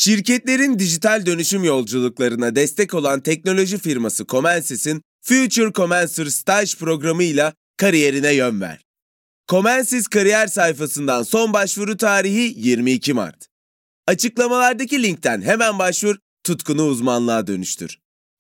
Şirketlerin dijital dönüşüm yolculuklarına destek olan teknoloji firması Comensys'in Future Comencer Staj programıyla kariyerine yön ver. Comensys kariyer sayfasından son başvuru tarihi 22 Mart. Açıklamalardaki linkten hemen başvur, tutkunu uzmanlığa dönüştür.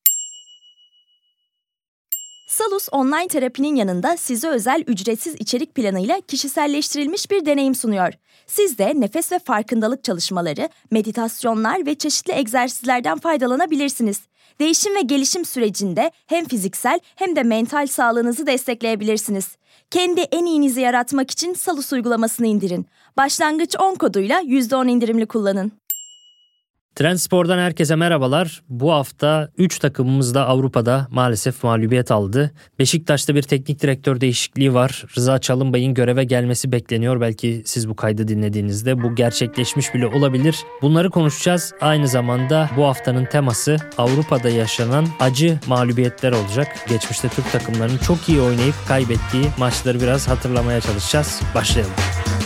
Salus online terapinin yanında size özel ücretsiz içerik planıyla kişiselleştirilmiş bir deneyim sunuyor. Siz de nefes ve farkındalık çalışmaları, meditasyonlar ve çeşitli egzersizlerden faydalanabilirsiniz. Değişim ve gelişim sürecinde hem fiziksel hem de mental sağlığınızı destekleyebilirsiniz. Kendi en iyinizi yaratmak için Salus uygulamasını indirin. Başlangıç 10 koduyla %10 indirimli kullanın. Trendspor'dan herkese merhabalar. Bu hafta 3 takımımız da Avrupa'da maalesef mağlubiyet aldı. Beşiktaş'ta bir teknik direktör değişikliği var. Rıza Çalınbay'ın göreve gelmesi bekleniyor. Belki siz bu kaydı dinlediğinizde bu gerçekleşmiş bile olabilir. Bunları konuşacağız. Aynı zamanda bu haftanın teması Avrupa'da yaşanan acı mağlubiyetler olacak. Geçmişte Türk takımlarının çok iyi oynayıp kaybettiği maçları biraz hatırlamaya çalışacağız. Başlayalım.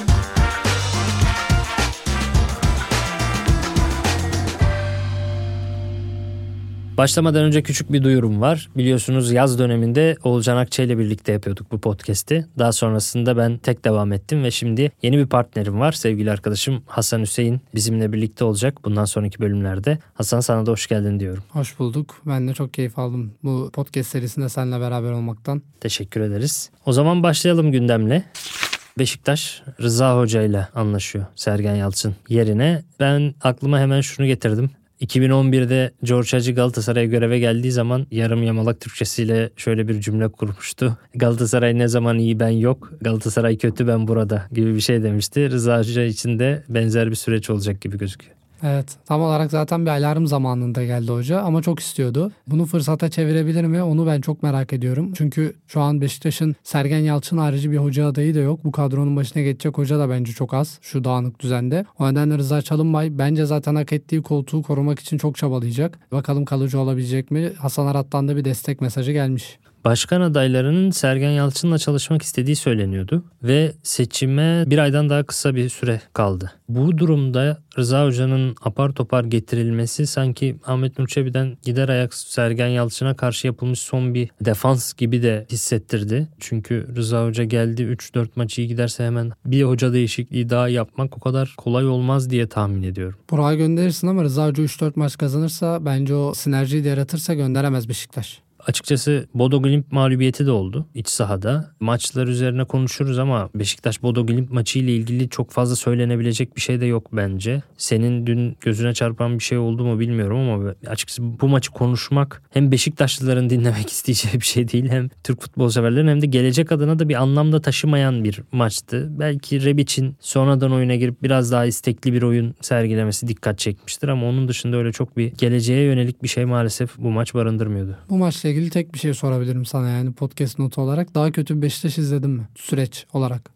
Başlamadan önce küçük bir duyurum var. Biliyorsunuz yaz döneminde Oğulcan Akçay ile birlikte yapıyorduk bu podcast'i. Daha sonrasında ben tek devam ettim ve şimdi yeni bir partnerim var. Sevgili arkadaşım Hasan Hüseyin bizimle birlikte olacak bundan sonraki bölümlerde. Hasan, sana da hoş geldin diyorum. Hoş bulduk. Ben de çok keyif aldım bu podcast serisinde seninle beraber olmaktan. Teşekkür ederiz. O zaman başlayalım gündemle. Beşiktaş Rıza Hoca ile anlaşıyor Sergen Yalçın yerine. Ben aklıma hemen şunu getirdim. 2011'de George Hagi Galatasaray'a göreve geldiği zaman yarım yamalak Türkçesiyle şöyle bir cümle kurmuştu. Galatasaray ne zaman iyi ben yok, Galatasaray kötü ben burada gibi bir şey demişti. Rıza Hoca için de benzer bir süreç olacak gibi gözüküyor. Evet, tam olarak zaten bir alarm zamanında geldi hoca ama çok istiyordu. Bunu fırsata çevirebilir mi? Onu ben çok merak ediyorum. Çünkü şu an Beşiktaş'ın Sergen Yalçın harici bir hoca adayı da yok. Bu kadronun başına geçecek hoca da bence çok az şu dağınık düzende. O nedenle Rıza Çalınbay bence zaten hak ettiği koltuğu korumak için çok çabalayacak. Bakalım kalıcı olabilecek mi? Hasan Arat'tan da bir destek mesajı gelmiş. Başkan adaylarının Sergen Yalçın'la çalışmak istediği söyleniyordu ve seçime bir aydan daha kısa bir süre kaldı. Bu durumda Rıza Hoca'nın apar topar getirilmesi sanki Ahmet Nur Çebi'den gider ayak Sergen Yalçın'a karşı yapılmış son bir defans gibi de hissettirdi. Çünkü Rıza Hoca geldi, 3-4 maç iyi giderse hemen bir hoca değişikliği daha yapmak o kadar kolay olmaz diye tahmin ediyorum. Burak'a gönderirsin ama Rıza Hoca 3-4 maç kazanırsa bence o sinerjiyi de yaratırsa gönderemez Beşiktaş. Açıkçası Bodo Glimt mağlubiyeti de oldu iç sahada. Maçlar üzerine konuşuruz ama Beşiktaş Bodo Glimt maçı ile ilgili çok fazla söylenebilecek bir şey de yok bence. Senin dün gözüne çarpan bir şey oldu mu bilmiyorum ama açıkçası bu maçı konuşmak hem Beşiktaşlıların dinlemek isteyeceği bir şey değil, hem Türk futbol severlerin hem de gelecek adına da bir anlamda taşımayan bir maçtı. Belki Rebic'in sonradan oyuna girip biraz daha istekli bir oyun sergilemesi dikkat çekmiştir ama onun dışında öyle çok bir geleceğe yönelik bir şey maalesef bu maç barındırmıyordu. Bu maçla ilgili tek bir şey sorabilirim sana, yani podcast notu olarak. Daha kötü bir Beşiktaş izledin mi süreç olarak?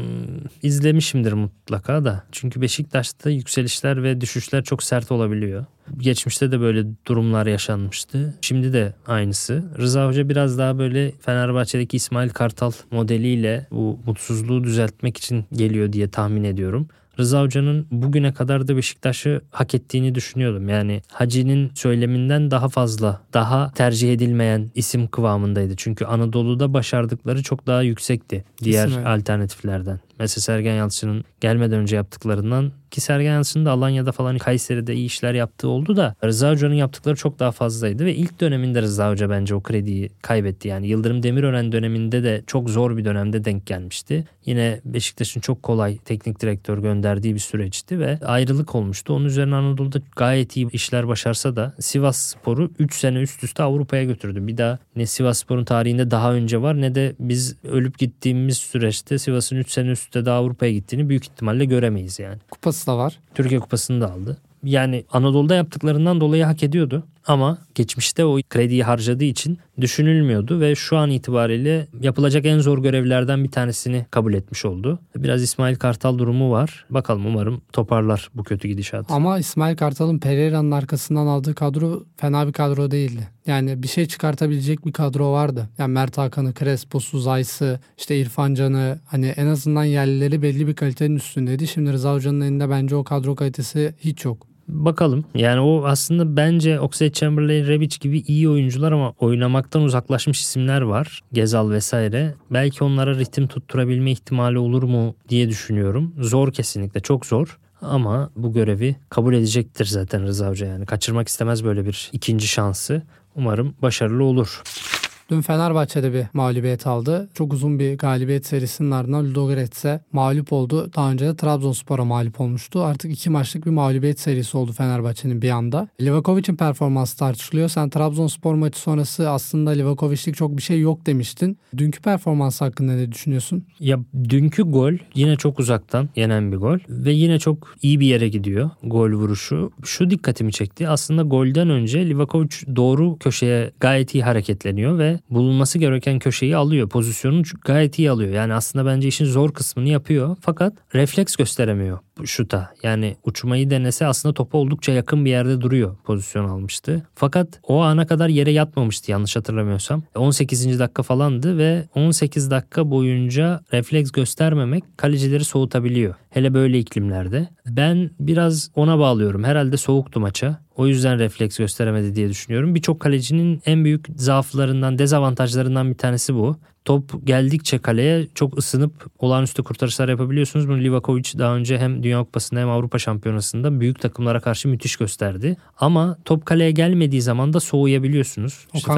İzlemişimdir mutlaka da. Çünkü Beşiktaş'ta yükselişler ve düşüşler çok sert olabiliyor. Geçmişte de böyle durumlar yaşanmıştı. Şimdi de aynısı. Rıza Hoca biraz daha böyle Fenerbahçe'deki İsmail Kartal modeliyle bu mutsuzluğu düzeltmek için geliyor diye tahmin ediyorum. Rıza Hoca'nın bugüne kadar da Beşiktaş'ı hak ettiğini düşünüyordum. Yani Hacı'nın söyleminden daha fazla, daha tercih edilmeyen isim kıvamındaydı. Çünkü Anadolu'da başardıkları çok daha yüksekti diğer alternatiflerden. Mesela Sergen Yalçın'ın gelmeden önce yaptıklarından, ki Sergen Yalçın'ın da Alanya'da falan Kayseri'de iyi işler yaptığı oldu da Rıza Hoca'nın yaptıkları çok daha fazlaydı ve ilk döneminde Rıza Hoca bence o krediyi kaybetti. Yani Yıldırım Demirören döneminde de çok zor bir dönemde denk gelmişti. Yine Beşiktaş'ın çok kolay teknik direktör gönderdiği bir süreçti ve ayrılık olmuştu. Onun üzerine Anadolu'da gayet iyi işler başarsa da Sivasspor'u 3 sene üst üste Avrupa'ya götürdü. Bir daha ne Sivasspor'un tarihinde daha önce var ne de biz ölüp gittiğimiz süreçte Sivas'ın 3 sene üst üste daha Avrupa'ya gittiğini büyük ihtimalle göremeyiz yani. Kupası da var. Türkiye Kupası'nı da aldı. Yani Anadolu'da yaptıklarından dolayı hak ediyordu. Ama geçmişte o krediyi harcadığı için düşünülmüyordu ve şu an itibariyle yapılacak en zor görevlerden bir tanesini kabul etmiş oldu. Biraz İsmail Kartal durumu var. Bakalım, umarım toparlar bu kötü gidişatı. Ama İsmail Kartal'ın Pereira'nın arkasından aldığı kadro fena bir kadro değildi. Yani bir şey çıkartabilecek bir kadro vardı. Yani Mert Hakan'ı, Crespo'su, Zayt'sı, işte İrfan Can'ı, hani en azından yerlileri belli bir kalitenin üstündeydi. Şimdi Rıza Hoca'nın elinde bence o kadro kalitesi hiç yok. Bakalım. Yani o aslında bence Oxlade-Chamberlain, Rebic gibi iyi oyuncular ama oynamaktan uzaklaşmış isimler var. Gezal vesaire. Belki onlara ritim tutturabilme ihtimali olur mu diye düşünüyorum. Zor, kesinlikle çok zor. Ama bu görevi kabul edecektir zaten Rıza Hoca, yani kaçırmak istemez böyle bir ikinci şansı. Umarım başarılı olur. Dün Fenerbahçe'de bir mağlubiyet aldı. Çok uzun bir galibiyet serisinin ardından Ludogorets'e mağlup oldu. Daha önce de Trabzonspor'a mağlup olmuştu. Artık 2 maçlık bir mağlubiyet serisi oldu Fenerbahçe'nin bir anda. Livakovic'in performansı tartışılıyor. Sen Trabzonspor maçı sonrası aslında Livakovic'lik çok bir şey yok demiştin. Dünkü performans hakkında ne düşünüyorsun? Ya dünkü gol yine çok uzaktan yenen bir gol ve yine çok iyi bir yere gidiyor gol vuruşu. Şu dikkatimi çekti. Aslında golden önce Livakovic doğru köşeye gayet iyi hareketleniyor ve bulunması gereken köşeyi alıyor. Pozisyonu gayet iyi alıyor. Yani aslında bence işin zor kısmını yapıyor. Fakat refleks gösteremiyor şuta. Yani uçmayı denese aslında topa oldukça yakın bir yerde duruyor. Pozisyon almıştı. Fakat o ana kadar yere yatmamıştı yanlış hatırlamıyorsam. 18. dakika falandı ve 18 dakika boyunca refleks göstermemek kalecileri soğutabiliyor. Hele böyle iklimlerde. Ben biraz ona bağlıyorum. Herhalde soğuktu maça. O yüzden refleks gösteremedi diye düşünüyorum. Birçok kalecinin en büyük zaaflarından, dezavantajlarından bir tanesi bu. Top geldikçe kaleye çok ısınıp olağanüstü kurtarışlar yapabiliyorsunuz. Bunu Livakovic daha önce hem Dünya Kupası'nda hem Avrupa Şampiyonası'nda büyük takımlara karşı müthiş gösterdi. Ama top kaleye gelmediği zaman da soğuyabiliyorsunuz. İşte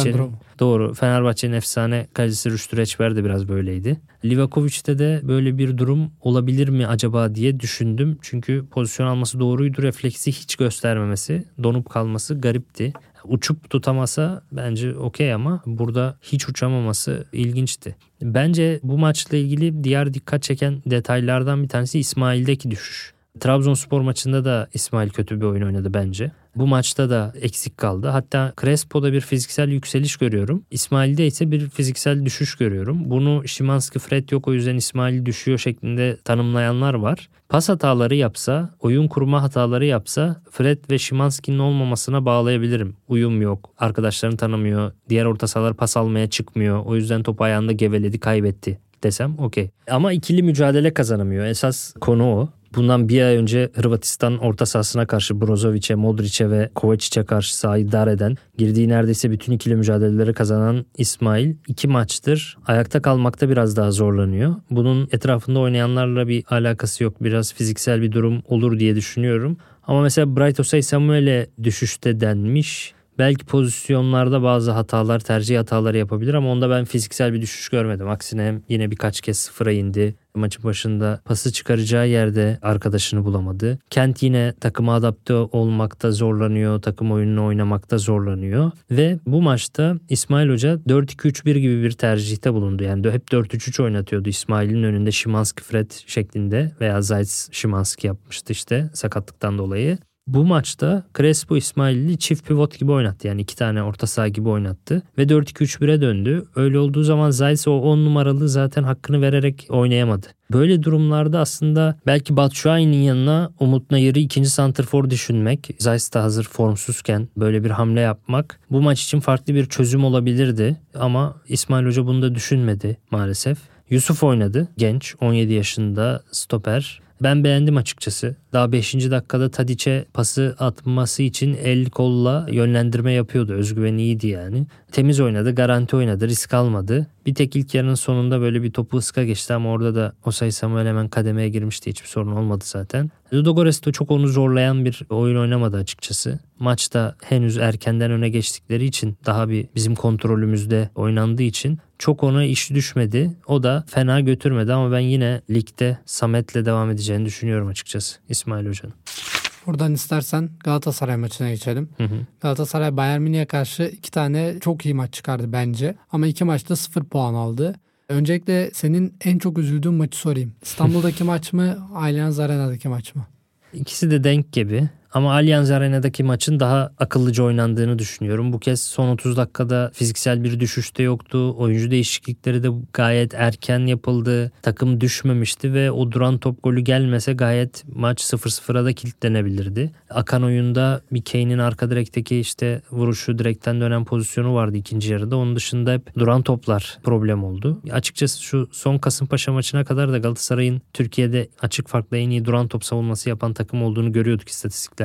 Fenerbahçe'nin efsane kalecisi Rüştü Reçber de biraz böyleydi. Livakovic'te de böyle bir durum olabilir mi acaba diye düşündüm. Çünkü pozisyon alması doğruydu. Refleksi hiç göstermemesi, donup kalması garipti. Uçup tutamasa bence okey ama burada hiç uçamaması ilginçti. Bence bu maçla ilgili diğer dikkat çeken detaylardan bir tanesi İsmail'deki düşüş. Trabzonspor maçında da İsmail kötü bir oyun oynadı bence. Bu maçta da eksik kaldı. Hatta Crespo'da bir fiziksel yükseliş görüyorum. İsmail'de ise bir fiziksel düşüş görüyorum. Bunu Szymański, Fred yok o yüzden İsmail düşüyor şeklinde tanımlayanlar var. Pas hataları yapsa, oyun kurma hataları yapsa Fred ve Szymański'nin olmamasına bağlayabilirim. Uyum yok, arkadaşlarını tanımıyor, diğer orta sahalar pas almaya çıkmıyor. O yüzden topu ayağında geveledi, kaybetti desem okey. Ama ikili mücadele kazanamıyor. Esas konu o. Bundan bir ay önce Hırvatistan orta sahasına karşı Brozovic'e, Modric'e ve Kovacic'e karşı sahayı dar eden, girdiği neredeyse bütün ikili mücadeleleri kazanan İsmail 2 maçtır ayakta kalmakta biraz daha zorlanıyor. Bunun etrafında oynayanlarla bir alakası yok. Biraz fiziksel bir durum olur diye düşünüyorum. Ama mesela Bright Osayi-Samuel'e düşüşte denmiş. Belki pozisyonlarda bazı hatalar, tercih hataları yapabilir ama onda ben fiziksel bir düşüş görmedim. Aksine yine birkaç kez sıfıra indi. Maçın başında pası çıkaracağı yerde arkadaşını bulamadı. Kent yine takıma adapte olmakta zorlanıyor, takım oyununu oynamakta zorlanıyor. Ve bu maçta İsmail Hoca 4-2-3-1 gibi bir tercihte bulundu. Yani hep 4-3-3 oynatıyordu. İsmail'in önünde Szymański, Fred şeklinde veya Zayt Szymański yapmıştı işte sakatlıktan dolayı. Bu maçta Crespo İsmail'i çift pivot gibi oynattı. Yani 2 tane orta saha gibi oynattı. Ve 4-2-3-1'e döndü. Öyle olduğu zaman Zayt o 10 numaralı zaten hakkını vererek oynayamadı. Böyle durumlarda aslında belki Batshuayi'nin yanına Umut Nayır'ı ikinci santrfor düşünmek, Zayt da hazır formsuzken böyle bir hamle yapmak bu maç için farklı bir çözüm olabilirdi. Ama İsmail Hoca bunu da düşünmedi maalesef. Yusuf oynadı. Genç, 17 yaşında stoper. Ben beğendim açıkçası. Daha 5. dakikada Tadić'e pası atması için el kolla yönlendirme yapıyordu. Özgüveni iyiydi yani. Temiz oynadı, garanti oynadı, risk almadı. Bir tek ilk yarının sonunda böyle bir topu ıska geçti ama orada da Osayi-Samuel hemen kademeye girmişti. Hiçbir sorun olmadı zaten. Ludogorets de çok onu zorlayan bir oyun oynamadı açıkçası. Maçta henüz erkenden öne geçtikleri için daha bir bizim kontrolümüzde oynandığı için çok ona iş düşmedi. O da fena götürmedi ama ben yine ligde Samet'le devam edeceğini düşünüyorum açıkçası İsmail Hoca'nın. Buradan istersen Galatasaray maçına geçelim. Galatasaray Bayern Münih'e karşı 2 tane çok iyi maç çıkardı bence. Ama 2 maçta 0 puan aldı. Öncelikle senin en çok üzüldüğün maçı sorayım. İstanbul'daki maç mı, Allianz Arena'daki maç mı? İkisi de denk gibi. Ama Allianz Arena'daki maçın daha akıllıca oynandığını düşünüyorum. Bu kez son 30 dakikada fiziksel bir düşüş de yoktu. Oyuncu değişiklikleri de gayet erken yapıldı. Takım düşmemişti ve o duran top golü gelmese gayet maç 0-0'a da kilitlenebilirdi. Akan oyunda bir Kane'in arka direkteki işte vuruşu, direkten dönen pozisyonu vardı ikinci yarıda. Onun dışında hep duran toplar problem oldu. Açıkçası şu son Kasımpaşa maçına kadar da Galatasaray'ın Türkiye'de açık farkla en iyi duran top savunması yapan takım olduğunu görüyorduk istatistiklerden.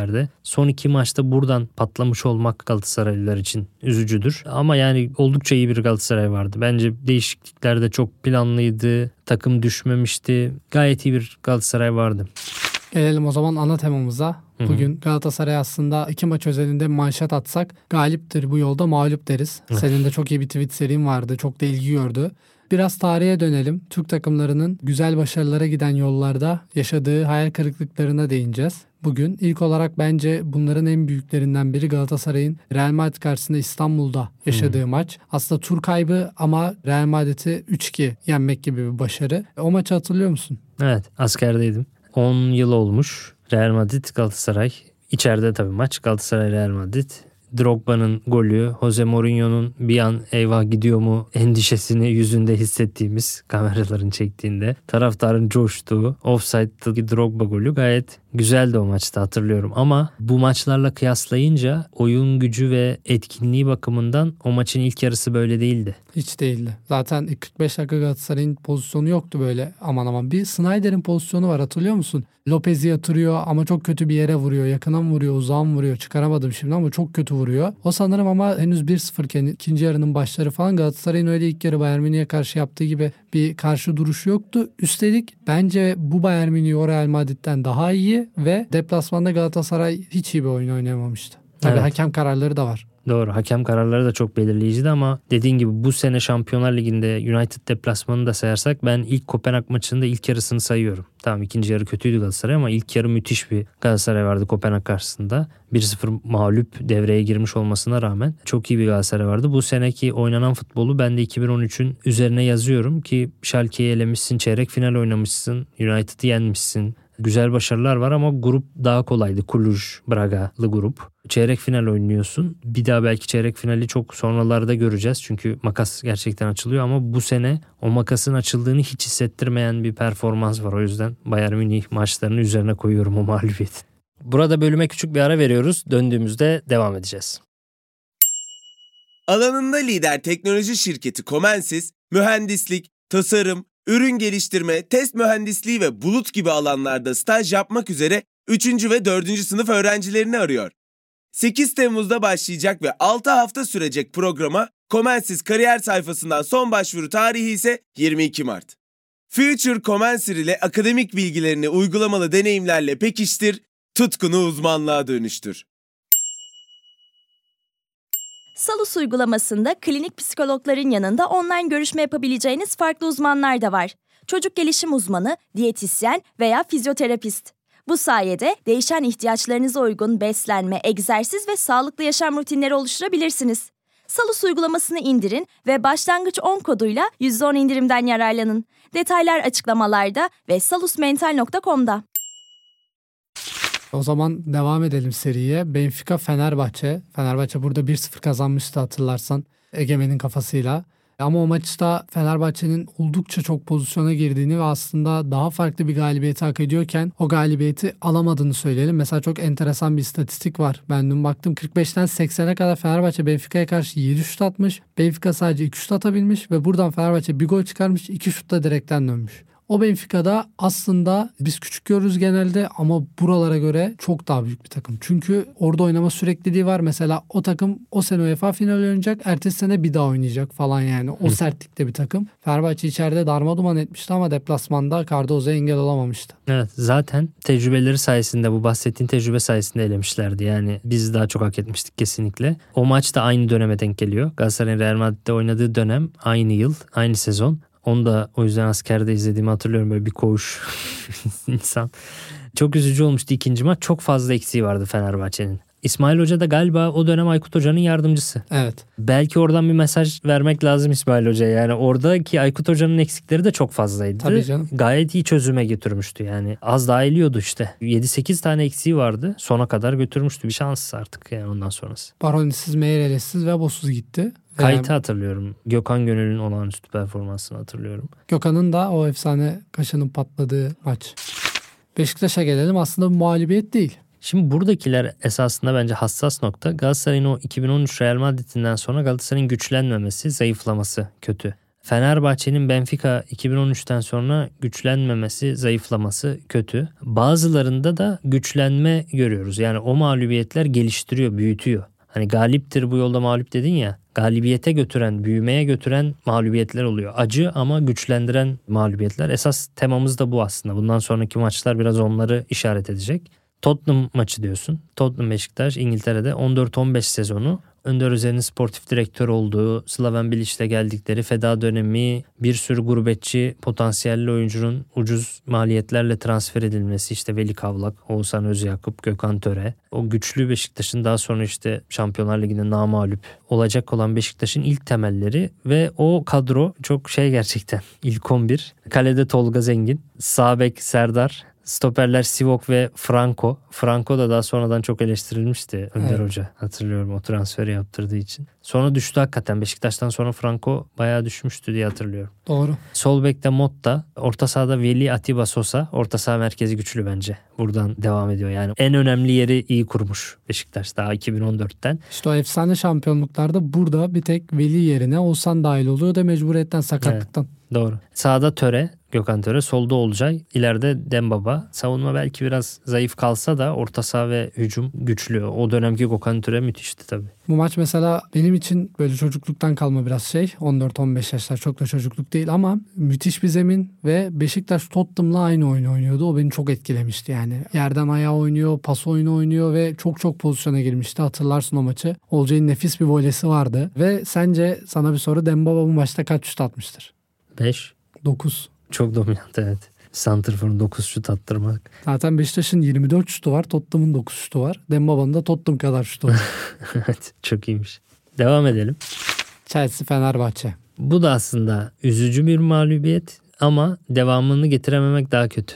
yükselişlerde. Son 2 maçta buradan patlamış olmak Galatasaraylılar için üzücüdür. Ama yani oldukça iyi bir Galatasaray vardı. Bence değişiklikler de çok planlıydı. Takım düşmemişti. Gayet iyi bir Galatasaray vardı. Gelelim o zaman ana temamıza. Bugün Galatasaray aslında 2 maç özelinde manşet atsak galiptir bu yolda mağlup deriz. Senin de çok iyi bir tweet serin vardı. Çok da ilgi gördü. Biraz tarihe dönelim. Türk takımlarının güzel başarılara giden yollarda yaşadığı hayal kırıklıklarına değineceğiz. Bugün ilk olarak bence bunların en büyüklerinden biri Galatasaray'ın Real Madrid karşısında İstanbul'da yaşadığı maç. Aslında tur kaybı ama Real Madrid'i 3-2 yenmek gibi bir başarı. O maçı hatırlıyor musun? Evet, askerdeydim. 10 yıl olmuş. Real Madrid Galatasaray. İçeride tabii maç. Galatasaray Real Madrid. Drogba'nın golü, Jose Mourinho'nun bir an eyvah gidiyor mu endişesini yüzünde hissettiğimiz kameraların çektiğinde taraftarın coştuğu offside'daki Drogba golü gayet güzeldi o maçta, hatırlıyorum. Ama bu maçlarla kıyaslayınca oyun gücü ve etkinliği bakımından o maçın ilk yarısı böyle değildi. Hiç değildi. Zaten 45 dakika Galatasaray'ın pozisyonu yoktu böyle aman aman. Bir Sneijder'in pozisyonu var, hatırlıyor musun? Lopez'i yatırıyor ama çok kötü bir yere vuruyor. Yakına mı vuruyor, uzağa mı vuruyor? Çıkaramadım şimdi ama çok kötü vuruyor. O sanırım ama henüz 1-0 iken ikinci yarının başları falan Galatasaray'ın öyle ilk yarı Bayern Münih'e karşı yaptığı gibi bir karşı duruşu yoktu. Üstelik bence bu Bayern Münih o Real Madrid'den daha iyi ve deplasmanda Galatasaray hiç iyi bir oyun oynayamamıştı. Tabii Evet. hakem kararları da var. Doğru, hakem kararları da çok belirleyiciydi ama dediğin gibi bu sene Şampiyonlar Ligi'nde United deplasmanını da sayarsak ben ilk Kopenhag maçında ilk yarısını sayıyorum. Tamam, ikinci yarı kötüydü Galatasaray ama ilk yarı müthiş bir Galatasaray vardı Kopenhag karşısında. 1-0 mağlup devreye girmiş olmasına rağmen çok iyi bir Galatasaray vardı. Bu seneki oynanan futbolu ben de 2013'ün üzerine yazıyorum ki Schalke'yi elemişsin, çeyrek final oynamışsın, United'ı yenmişsin. Güzel başarılar var ama grup daha kolaydı. Cluj, Braga'lı grup. Çeyrek final oynuyorsun. Bir daha belki çeyrek finali çok sonralarda göreceğiz. Çünkü makas gerçekten açılıyor ama bu sene o makasın açıldığını hiç hissettirmeyen bir performans var. O yüzden Bayern Münih maçlarını üzerine koyuyorum o mağlubiyeti. Burada bölüme küçük bir ara veriyoruz. Döndüğümüzde devam edeceğiz. Alanında lider teknoloji şirketi Comensys, mühendislik, tasarım, ürün geliştirme, test mühendisliği ve bulut gibi alanlarda staj yapmak üzere 3. ve 4. sınıf öğrencilerini arıyor. 8 Temmuz'da başlayacak ve 6 hafta sürecek programa Comensys kariyer sayfasından son başvuru tarihi ise 22 Mart. Future Comensys ile akademik bilgilerini uygulamalı deneyimlerle pekiştir, tutkunu uzmanlığa dönüştür. Salus uygulamasında klinik psikologların yanında online görüşme yapabileceğiniz farklı uzmanlar da var. Çocuk gelişim uzmanı, diyetisyen veya fizyoterapist. Bu sayede değişen ihtiyaçlarınıza uygun beslenme, egzersiz ve sağlıklı yaşam rutinleri oluşturabilirsiniz. Salus uygulamasını indirin ve başlangıç 10 koduyla %10 indirimden yararlanın. Detaylar açıklamalarda ve salusmental.com'da. O zaman devam edelim seriye. Benfica Fenerbahçe. Fenerbahçe burada 1-0 kazanmıştı hatırlarsan Egemen'in kafasıyla. Ama o maçta Fenerbahçe'nin oldukça çok pozisyona girdiğini ve aslında daha farklı bir galibiyeti hak ediyorken o galibiyeti alamadığını söyleyelim. Mesela çok enteresan bir istatistik var. Ben dün baktım 45'ten 80'e kadar Fenerbahçe Benfica'ya karşı 7 şut atmış. Benfica sadece 2 şut atabilmiş ve buradan Fenerbahçe bir gol çıkarmış, 2 şutta direkten dönmüş. O Benfica'da aslında biz küçük görürüz genelde ama buralara göre çok daha büyük bir takım. Çünkü orada oynama sürekliliği var. Mesela o takım o sene UEFA finali oynayacak, ertesi sene bir daha oynayacak falan yani. O sertlikte bir takım. Fenerbahçe içeride darmaduman etmişti ama deplasmanda Cardoza'ya engel olamamıştı. Evet, zaten tecrübeleri sayesinde, bu bahsettiğin tecrübe sayesinde elemişlerdi. Yani biz daha çok hak etmiştik kesinlikle. O maç da aynı döneme denk geliyor. Galatasaray'ın Real Madrid'de oynadığı dönem aynı yıl, aynı sezon. Onu da o yüzden askerde izlediğimi hatırlıyorum, böyle bir koğuş insan. Çok üzücü olmuştu ikinci maç. Çok fazla eksiği vardı Fenerbahçe'nin. İsmail Hoca da galiba o dönem Aykut Hoca'nın yardımcısı. Evet. Belki oradan bir mesaj vermek lazım İsmail Hoca'ya. Yani oradaki Aykut Hoca'nın eksikleri de çok fazlaydı. Tabii canım. Gayet iyi çözüme götürmüştü yani. Az daha eliyordu işte. 7-8 tane eksiği vardı. Sona kadar götürmüştü. Bir şans artık yani ondan sonrası. Baronisiz, Meyrelesiz ve Bosuz gitti. Kayıt'ı hatırlıyorum. Gökhan Gönül'ün olağanüstü performansını hatırlıyorum. Gökhan'ın da o efsane kaşının patladığı maç. Beşiktaş'a gelelim. Aslında bir mağlubiyet değil. Şimdi buradakiler esasında bence hassas nokta. Galatasaray'ın o 2013 Real Madrid'inden sonra Galatasaray'ın güçlenmemesi, zayıflaması kötü. Fenerbahçe'nin Benfica 2013'ten sonra güçlenmemesi, zayıflaması kötü. Bazılarında da güçlenme görüyoruz. Yani o mağlubiyetler geliştiriyor, büyütüyor. Hani galiptir bu yolda mağlup dedin ya. Galibiyete götüren, büyümeye götüren mağlubiyetler oluyor. Acı ama güçlendiren mağlubiyetler. Esas temamız da bu aslında. Bundan sonraki maçlar biraz onları işaret edecek. Tottenham maçı diyorsun. Tottenham Beşiktaş İngiltere'de 14-15 sezonu. Önder Özel'in sportif direktör olduğu, Slaven Bilic'le geldikleri feda dönemi, bir sürü gurbetçi potansiyelli oyuncunun ucuz maliyetlerle transfer edilmesi, işte Veli Kavlak, Oğuzhan Özyakup, Gökhan Töre. O güçlü Beşiktaş'ın daha sonra işte Şampiyonlar Ligi'nde namağlup olacak olan Beşiktaş'ın ilk temelleri ve o kadro çok gerçekten. İlk 11. Kalede Tolga Zengin, sağ bek Serdar, stoperler Sivok ve Franco. Franco da daha sonradan çok eleştirilmişti Önder Hoca. Hatırlıyorum o transferi yaptırdığı için. Sonra düştü hakikaten. Beşiktaş'tan sonra Franco bayağı düşmüştü diye hatırlıyorum. Doğru. Sol bekte Motta. Orta sahada Veli, Atiba, Sosa. Orta saha merkezi güçlü bence. Buradan devam ediyor. Yani en önemli yeri iyi kurmuş Beşiktaş daha 2014'ten. İşte o efsane şampiyonluklarda burada bir tek Veli yerine Oğuzhan dahil oluyor da mecburiyetten sakatlıktan. Evet. Doğru. Sağda Töre, Gökhan Töre, solda Olcay, ileride Dembaba. Savunma belki biraz zayıf kalsa da orta saha ve hücum güçlü. O dönemki Gökhan Töre müthişti tabii. Bu maç mesela benim için böyle çocukluktan kalma biraz 14-15 yaşlar çok da çocukluk değil ama müthiş bir zemin ve Beşiktaş Tottenham'la aynı oyunu oynuyordu. O beni çok etkilemişti yani. Yerden ayağa oynuyor, pas oyunu oynuyor ve çok pozisyona girmişti. Hatırlarsın o maçı. Olcay'ın nefis bir volesi vardı. Ve sence sana bir soru, Dembaba bu maçta kaç şut atmıştır? 5. 9. Çok dominant, evet. Santrfor'un 9 şut attırmak. Zaten Beşiktaş'ın 24 şutu var. Tottenham'ın 9 şutu var. Dembaba'nın da Tottenham kadar şutu var. Evet, çok iyiymiş. Devam edelim. Chelsea Fenerbahçe. Bu da aslında üzücü bir mağlubiyet ama devamını getirememek daha kötü.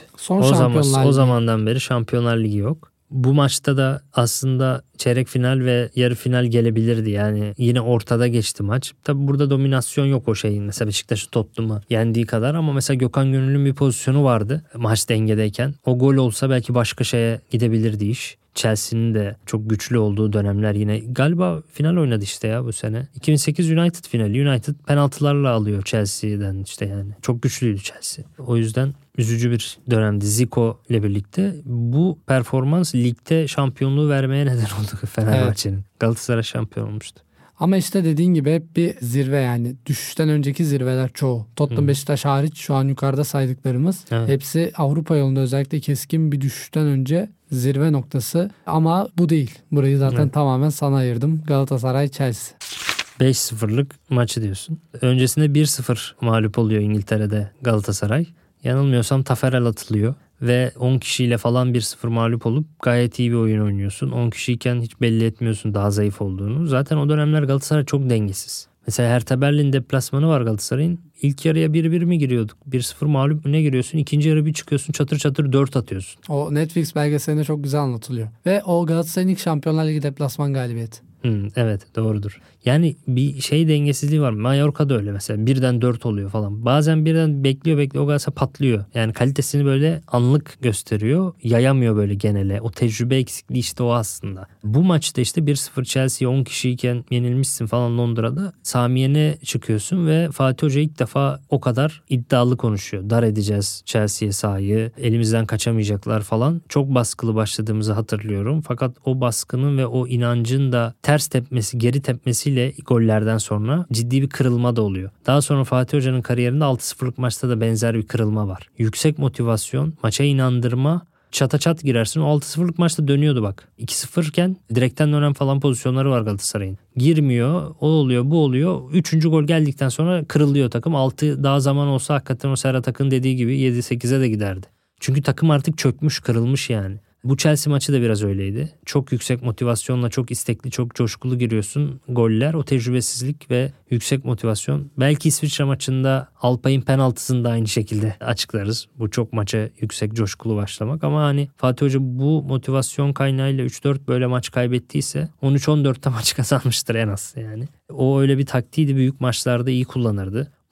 O zamandan beri Şampiyonlar Ligi yok. Bu maçta da aslında çeyrek final ve yarı final gelebilirdi. Yani yine ortada geçti maç. Tabi burada dominasyon yok o şeyin. Mesela Beşiktaş'ı Tottenham'ı yendiği kadar ama mesela Gökhan Gönül'ün bir pozisyonu vardı maç dengedeyken. O gol olsa belki başka şeye gidebilirdi iş. Chelsea'nin de çok güçlü olduğu dönemler yine. Galiba final oynadı işte ya bu sene. 2008 United finali. United penaltılarla alıyor Chelsea'den işte yani. Çok güçlüydü Chelsea. O yüzden üzücü bir dönemdi. Zico ile birlikte bu performans ligde şampiyonluğu vermeye neden oldu Fenerbahçe'nin. Evet. Galatasaray şampiyon olmuştu. Ama işte dediğin gibi hep bir zirve yani. Düşüşten önceki zirveler çoğu. Tottenham, Beşiktaş hariç şu an yukarıda saydıklarımız. Evet. Hepsi Avrupa yolunda özellikle keskin bir düşüşten önce zirve noktası. Ama bu değil. Burayı zaten tamamen sana ayırdım. Galatasaray Chelsea. 5-0'lık maçı diyorsun. Öncesinde 1-0 mağlup oluyor İngiltere'de Galatasaray. Yanılmıyorsam Taferel atılıyor. Ve 10 kişiyle falan 1-0 mağlup olup gayet iyi bir oyun oynuyorsun. 10 kişiyken hiç belli etmiyorsun daha zayıf olduğunu. Zaten o dönemler Galatasaray çok dengesiz. Mesela Hertha Berlin deplasmanı var Galatasaray'ın. İlk yarıya 1-1 mi giriyorduk? 1-0 mağlup mu ne giriyorsun? İkinci yarı bir çıkıyorsun çatır çatır 4 atıyorsun. O Netflix belgeselinde çok güzel anlatılıyor. Ve o Galatasaray'ın ilk Şampiyonlar Ligi deplasman galibiyeti. Evet doğrudur. Yani bir şey dengesizliği var. Mallorca'da öyle mesela. Birden 4 oluyor falan. Bazen birden bekliyor o Galatasaray patlıyor. Yani kalitesini böyle anlık gösteriyor. Yayamıyor böyle genele. O tecrübe eksikliği işte o aslında. Bu maçta işte 1-0 Chelsea'ye 10 kişiyken yenilmişsin falan Londra'da. Samiye'ne çıkıyorsun ve Fatih Hoca ilk defa o kadar iddialı konuşuyor. Dar edeceğiz Chelsea'ye sahayı. Elimizden kaçamayacaklar falan. Çok baskılı başladığımızı hatırlıyorum. Fakat o baskının ve o inancın da ters tepmesi, geri tepmesiyle gollerden sonra ciddi bir kırılma da oluyor. Daha sonra Fatih Hoca'nın kariyerinde 6-0'lık maçta da benzer bir kırılma var. Yüksek motivasyon, maça inandırma, çata çat girersin. O 6-0'lık maçta dönüyordu bak. 2-0 iken direkten dönen falan pozisyonları var Galatasaray'ın. Girmiyor, o oluyor, bu oluyor. 3. gol geldikten sonra kırılıyor takım. 6 daha zaman olsa hakikaten o Serhat Akın dediği gibi 7-8'e de giderdi. Çünkü takım artık çökmüş, kırılmış yani. Bu Chelsea maçı da biraz öyleydi. Çok yüksek motivasyonla, çok istekli, çok coşkulu giriyorsun. Goller, o tecrübesizlik ve yüksek motivasyon. Belki İsviçre maçında Alpay'ın penaltısını da aynı şekilde açıklarız. Bu çok maça yüksek, coşkulu başlamak. Ama hani Fatih Hoca bu motivasyon kaynağıyla 3-4 böyle maç kaybettiyse 13-14'te maç kazanmıştır en az yani. O öyle bir taktiğiydi. Büyük maçlarda iyi kullanırdı.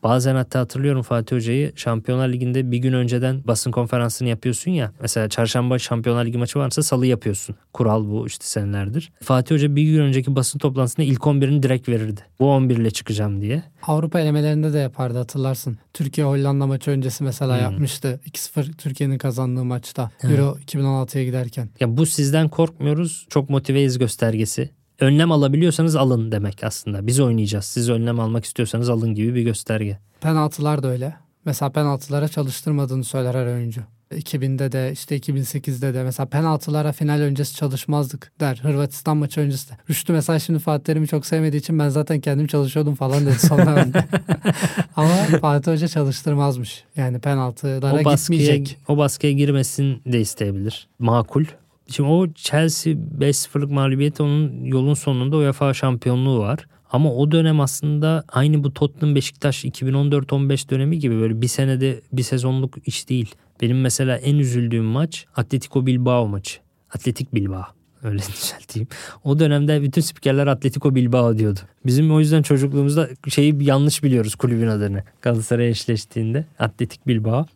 Bazen hatta hatırlıyorum Fatih Hoca'yı, Şampiyonlar Ligi'nde bir gün önceden basın konferansını yapıyorsun ya. Mesela çarşamba Şampiyonlar Ligi maçı varsa salı yapıyorsun. Kural bu işte senelerdir. Fatih Hoca bir gün önceki basın toplantısında ilk 11'ini direkt verirdi. Bu 11 ile çıkacağım diye. Avrupa elemelerinde de yapardı, hatırlarsın. Türkiye-Hollanda maçı öncesi mesela yapmıştı. 2-0 Türkiye'nin kazandığı maçta. Euro 2016'ya giderken. Ya bu sizden korkmuyoruz, çok motiveyiz göstergesi. Önlem alabiliyorsanız alın demek aslında. Biz oynayacağız. Siz önlem almak istiyorsanız alın gibi bir gösterge. Penaltılar da öyle. Mesela penaltılara çalıştırmadığını söyler her oyuncu. 2000'de de işte 2008'de de mesela penaltılara final öncesi çalışmazdık der. Hırvatistan maçı öncesi de. Rüştü mesela şimdi Fatih Terim'i çok sevmediği için ben zaten kendim çalışıyordum falan dedi son dönemde. Ama Fatih Hoca çalıştırmazmış. Yani penaltılara gitmeyecek. O baskıya girmesini de isteyebilir. Makul. Şimdi o Chelsea 5-0'lık mağlubiyeti onun yolun sonunda UEFA şampiyonluğu var. Ama o dönem aslında aynı bu Tottenham Beşiktaş 2014-15 dönemi gibi böyle bir senede bir sezonluk iş değil. Benim mesela en üzüldüğüm maç Atletico Bilbao maçı. Atletik Bilbao. Öyle düzelteyim. O dönemde bütün spikerler Atletico Bilbao diyordu. Bizim o yüzden çocukluğumuzda şeyi yanlış biliyoruz kulübün adını. Galatasaray eşleştiğinde Atletik Bilbao.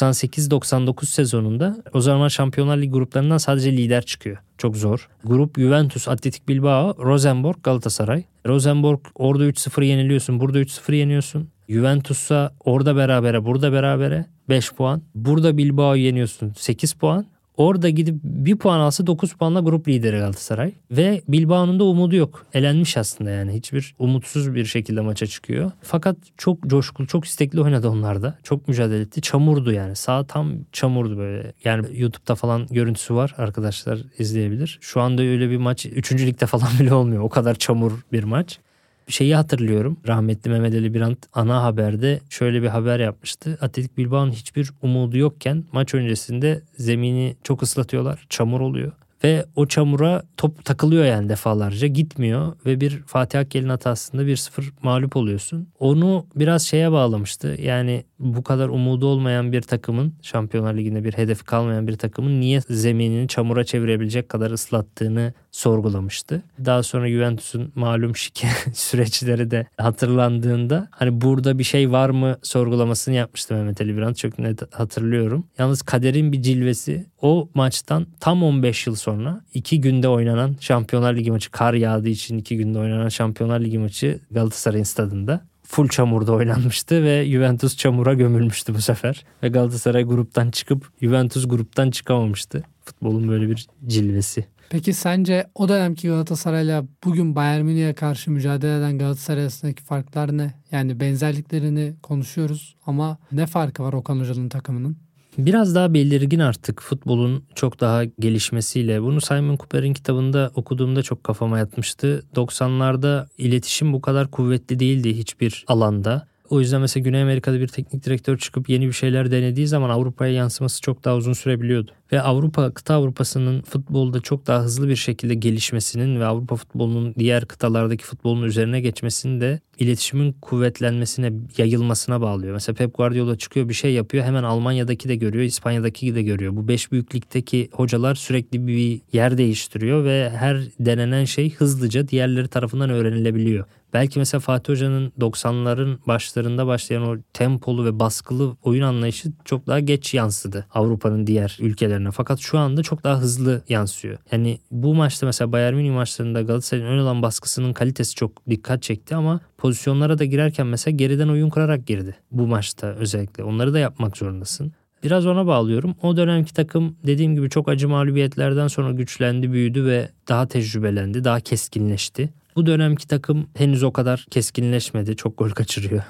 98-99 sezonunda o zaman Şampiyonlar Ligi gruplarından sadece lider çıkıyor. Çok zor. Grup Juventus, Atletik Bilbao, Rosenborg, Galatasaray. Rosenborg orada 3-0 yeniliyorsun, burada 3-0 yeniyorsun. Juventus'a orada berabere, burada berabere 5 puan. Burada Bilbao yeniyorsun 8 puan. Orada gidip bir puan alsa 9 puanla grup lideri Galatasaray. Ve Bilbao'nun da umudu yok. Elenmiş aslında yani. Hiçbir umutsuz bir şekilde maça çıkıyor. Fakat çok coşkulu, çok istekli oynadı onlar da. Çok mücadele etti. Çamurdu yani. Sağ tam çamurdu böyle. Yani YouTube'da falan görüntüsü var. Arkadaşlar izleyebilir. Şu anda öyle bir maç 3. ligde falan bile olmuyor. O kadar çamur bir maç. Şeyi hatırlıyorum. Rahmetli Mehmet Ali Birant ana haberde şöyle bir haber yapmıştı. Atletik Bilbao'nun hiçbir umudu yokken maç öncesinde zemini çok ıslatıyorlar. Çamur oluyor. Ve o çamura top takılıyor yani defalarca, gitmiyor ve bir Fatih Akkel'in hatasında 1-0 mağlup oluyorsun. Onu biraz şeye bağlamıştı. Yani bu kadar umudu olmayan bir takımın, Şampiyonlar Ligi'nde bir hedefi kalmayan bir takımın niye zeminini çamura çevirebilecek kadar ıslattığını sorgulamıştı. Daha sonra Juventus'un malum şike süreçleri de hatırlandığında hani burada bir şey var mı sorgulamasını yapmıştı Mehmet Ali Birant. Çok net hatırlıyorum. Yalnız kaderin bir cilvesi, o maçtan tam 15 yıl sonra 2 günde oynanan Şampiyonlar Ligi maçı, kar yağdığı için 2 günde oynanan Şampiyonlar Ligi maçı Galatasaray'ın stadında full çamurda oynanmıştı ve Juventus çamura gömülmüştü bu sefer. Ve Galatasaray gruptan çıkıp Juventus gruptan çıkamamıştı. Futbolun böyle bir cilvesi. Peki sence o dönemki Galatasaray'la bugün Bayern Münih'e karşı mücadele eden Galatasaray arasındaki farklar ne? Yani benzerliklerini konuşuyoruz ama ne farkı var Okan Hoca'nın takımının? Biraz daha belirgin artık futbolun çok daha gelişmesiyle. Bunu Simon Cooper'in kitabında okuduğumda çok kafama yatmıştı. 90'larda iletişim bu kadar kuvvetli değildi hiçbir alanda. O yüzden mesela Güney Amerika'da bir teknik direktör çıkıp yeni bir şeyler denediği zaman Avrupa'ya yansıması çok daha uzun sürebiliyordu. Ve kıta Avrupa'sının futbolda çok daha hızlı bir şekilde gelişmesinin ve Avrupa futbolunun diğer kıtalardaki futbolun üzerine geçmesinin de iletişimin kuvvetlenmesine, yayılmasına bağlıyor. Mesela Pep Guardiola çıkıyor, bir şey yapıyor, hemen Almanya'daki de görüyor, İspanya'daki de görüyor. Bu 5 büyük ligdeki hocalar sürekli bir yer değiştiriyor ve her denenen şey hızlıca diğerleri tarafından öğrenilebiliyor. Belki mesela Fatih Hoca'nın 90'ların başlarında başlayan o tempolu ve baskılı oyun anlayışı çok daha geç yansıdı Avrupa'nın diğer ülkelerine. Fakat şu anda çok daha hızlı yansıyor. Yani bu maçta mesela Bayern Münih maçlarında Galatasaray'ın ön alan baskısının kalitesi çok dikkat çekti ama pozisyonlara da girerken mesela geriden oyun kurarak girdi. Bu maçta özellikle. Onları da yapmak zorundasın. Biraz ona bağlıyorum. O dönemki takım dediğim gibi çok acı mağlubiyetlerden sonra güçlendi, büyüdü ve daha tecrübelendi, daha keskinleşti. Bu dönemki takım henüz o kadar keskinleşmedi. Çok gol kaçırıyor.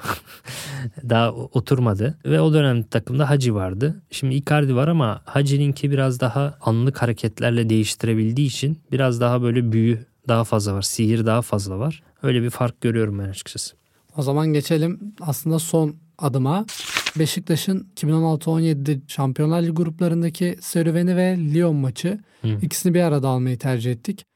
Daha oturmadı. Ve o dönemki takımda Hacı vardı. Şimdi Icardi var ama Hacı'ninki biraz daha anlık hareketlerle değiştirebildiği için biraz daha böyle büyü daha fazla var. Sihir daha fazla var. Öyle bir fark görüyorum ben açıkçası. O zaman geçelim aslında son adıma. Beşiktaş'ın 2016-17'de Şampiyonlar Ligi gruplarındaki serüveni ve Lyon maçı. İkisini bir arada almayı tercih ettik.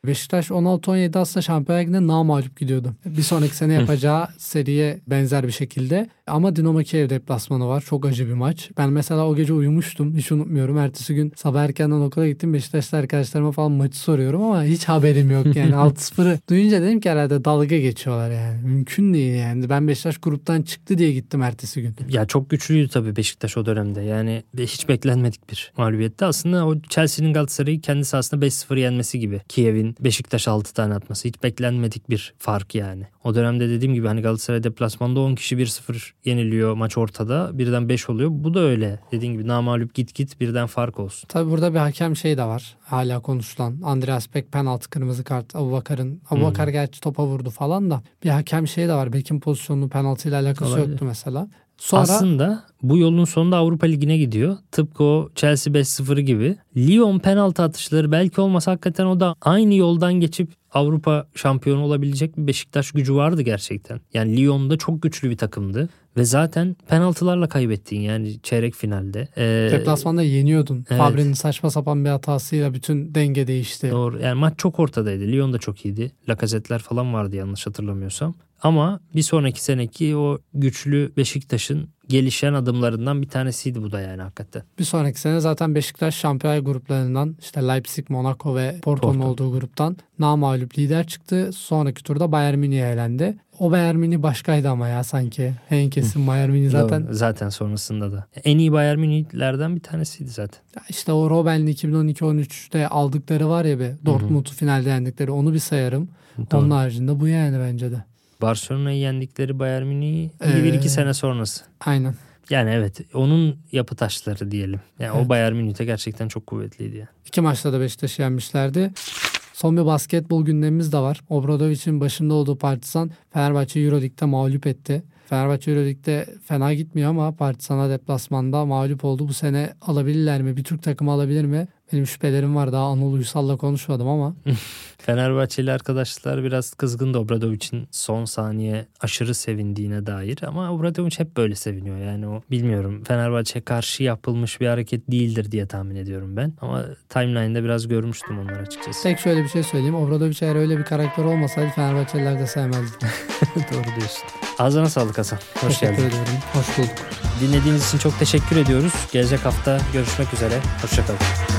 Beşiktaş 16-17 aslında Şampiyonlar Ligi'nde namağlup gidiyordu. Bir sonraki sene yapacağı seriye benzer bir şekilde. Ama Dinamo Kiev deplasmanı var. Çok acı bir maç. Ben mesela o gece uyumuştum. Hiç unutmuyorum. Ertesi gün sabah erkenden okula gittim. Beşiktaşlı arkadaşlarıma falan maçı soruyorum ama hiç haberim yok. Yani 6-0'ı duyunca dedim ki herhalde dalga geçiyorlar yani. Mümkün değil yani. Ben Beşiktaş gruptan çıktı diye gittim ertesi gün. Ya çok güçlüydü tabii Beşiktaş o dönemde. Yani hiç beklenmedik bir mağlubiyetti. Aslında o Chelsea'nin Galatasaray'ı kendi sahasında 5-0 yenmesi gibi. Kiev'in Beşiktaş 6 tane atması. Hiç beklenmedik bir fark yani. O dönemde dediğim gibi hani Galatasaray deplasmanda 10 kişi 1-0 yeniliyor. Maç ortada. Birden 5 oluyor. Bu da öyle. Dediğim gibi namağlup git birden fark olsun. Tabii burada bir hakem şey de var. Hala konuşulan. Andreas Beck penaltı, kırmızı kart. Abubakar gerçi topa vurdu falan da. Bir hakem şey de var. Beck'in pozisyonunun penaltıyla alakası yoktu mesela. Sonra aslında bu yolun sonunda Avrupa Ligi'ne gidiyor. Tıpkı o Chelsea 5-0 gibi. Lyon penaltı atışları belki olmasa hakikaten o da aynı yoldan geçip Avrupa şampiyonu olabilecek bir Beşiktaş gücü vardı gerçekten. Yani Lyon'da çok güçlü bir takımdı. Ve zaten penaltılarla kaybettin yani çeyrek finalde. Deplasmanda yeniyordun. Evet. Fabre'nin saçma sapan bir hatasıyla bütün denge değişti. Doğru. Yani maç çok ortadaydı. Lyon da çok iyiydi. Lacazette'ler falan vardı yanlış hatırlamıyorsam. Ama bir sonraki seneki o güçlü Beşiktaş'ın gelişen adımlarından bir tanesiydi bu da yani hakikaten. Bir sonraki sene zaten Beşiktaş Şampiyonlar gruplarından işte Leipzig, Monaco ve Porto'nun olduğu gruptan namağlup lider çıktı. Sonraki turda Bayern Münih'e elendi. O Bayern Münih başkaydı ama ya sanki. Heynckes'in Bayern Münih zaten. Zaten sonrasında da. En iyi Bayern Münih'lerden bir tanesiydi zaten. İşte o Robben'in 2012-13'te aldıkları var ya be. Dortmund'u finalde yendikleri, onu bir sayarım. Doğru. Onun haricinde bu yani bence de. Barcelona'yı yendikleri Bayern Münih 1-2 sene sonrası. Aynen. Yani evet onun yapı taşları diyelim. Yani Evet. o Bayern Münih'te gerçekten çok kuvvetliydi yani. 2 maçta da Beşiktaş'ı yenmişlerdi. Son bir basketbol gündemimiz de var. Obradovic'in başında olduğu Partizan Fenerbahçe Euroleague'de mağlup etti. Fenerbahçe Euroleague'de fena gitmiyor ama Partizan'a deplasmanda mağlup oldu. Bu sene alabilirler mi? Bir Türk takımı alabilir mi? Benim şüphelerim var. Daha Anadolu Uysal'la konuşmadım ama. Fenerbahçeli arkadaşlar biraz kızgındı Obradovic'in son saniye aşırı sevindiğine dair. Ama Obradovic hep böyle seviniyor. Yani o bilmiyorum Fenerbahçe'ye karşı yapılmış bir hareket değildir diye tahmin ediyorum ben. Ama timeline'da biraz görmüştüm onları açıkçası. Tek şöyle bir şey söyleyeyim. Obradovic eğer öyle bir karakter olmasaydı Fenerbahçeliler de sevmezdi. Doğru diyorsun. Ağzına sağlık Hasan. Hoş Teşekkür geldin. ederim. Hoş bulduk. Dinlediğiniz için çok teşekkür ediyoruz. Gelecek hafta görüşmek üzere. Hoşçakalın.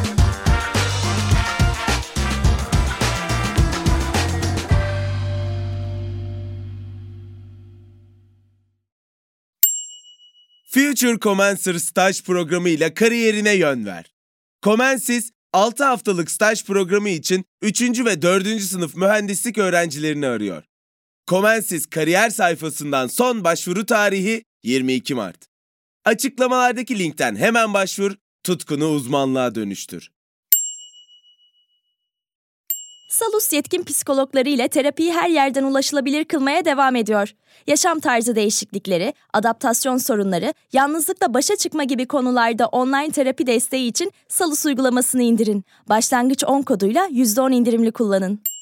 Future Commencer staj programı ile kariyerine yön ver. Comensis, 6 haftalık staj programı için 3. ve 4. sınıf mühendislik öğrencilerini arıyor. Comensis kariyer sayfasından son başvuru tarihi 22 Mart. Açıklamalardaki linkten hemen başvur, tutkunu uzmanlığa dönüştür. Salus yetkin psikologları ile terapiyi her yerden ulaşılabilir kılmaya devam ediyor. Yaşam tarzı değişiklikleri, adaptasyon sorunları, yalnızlıkla başa çıkma gibi konularda online terapi desteği için Salus uygulamasını indirin. Başlangıç 10 koduyla %10 indirimli kullanın.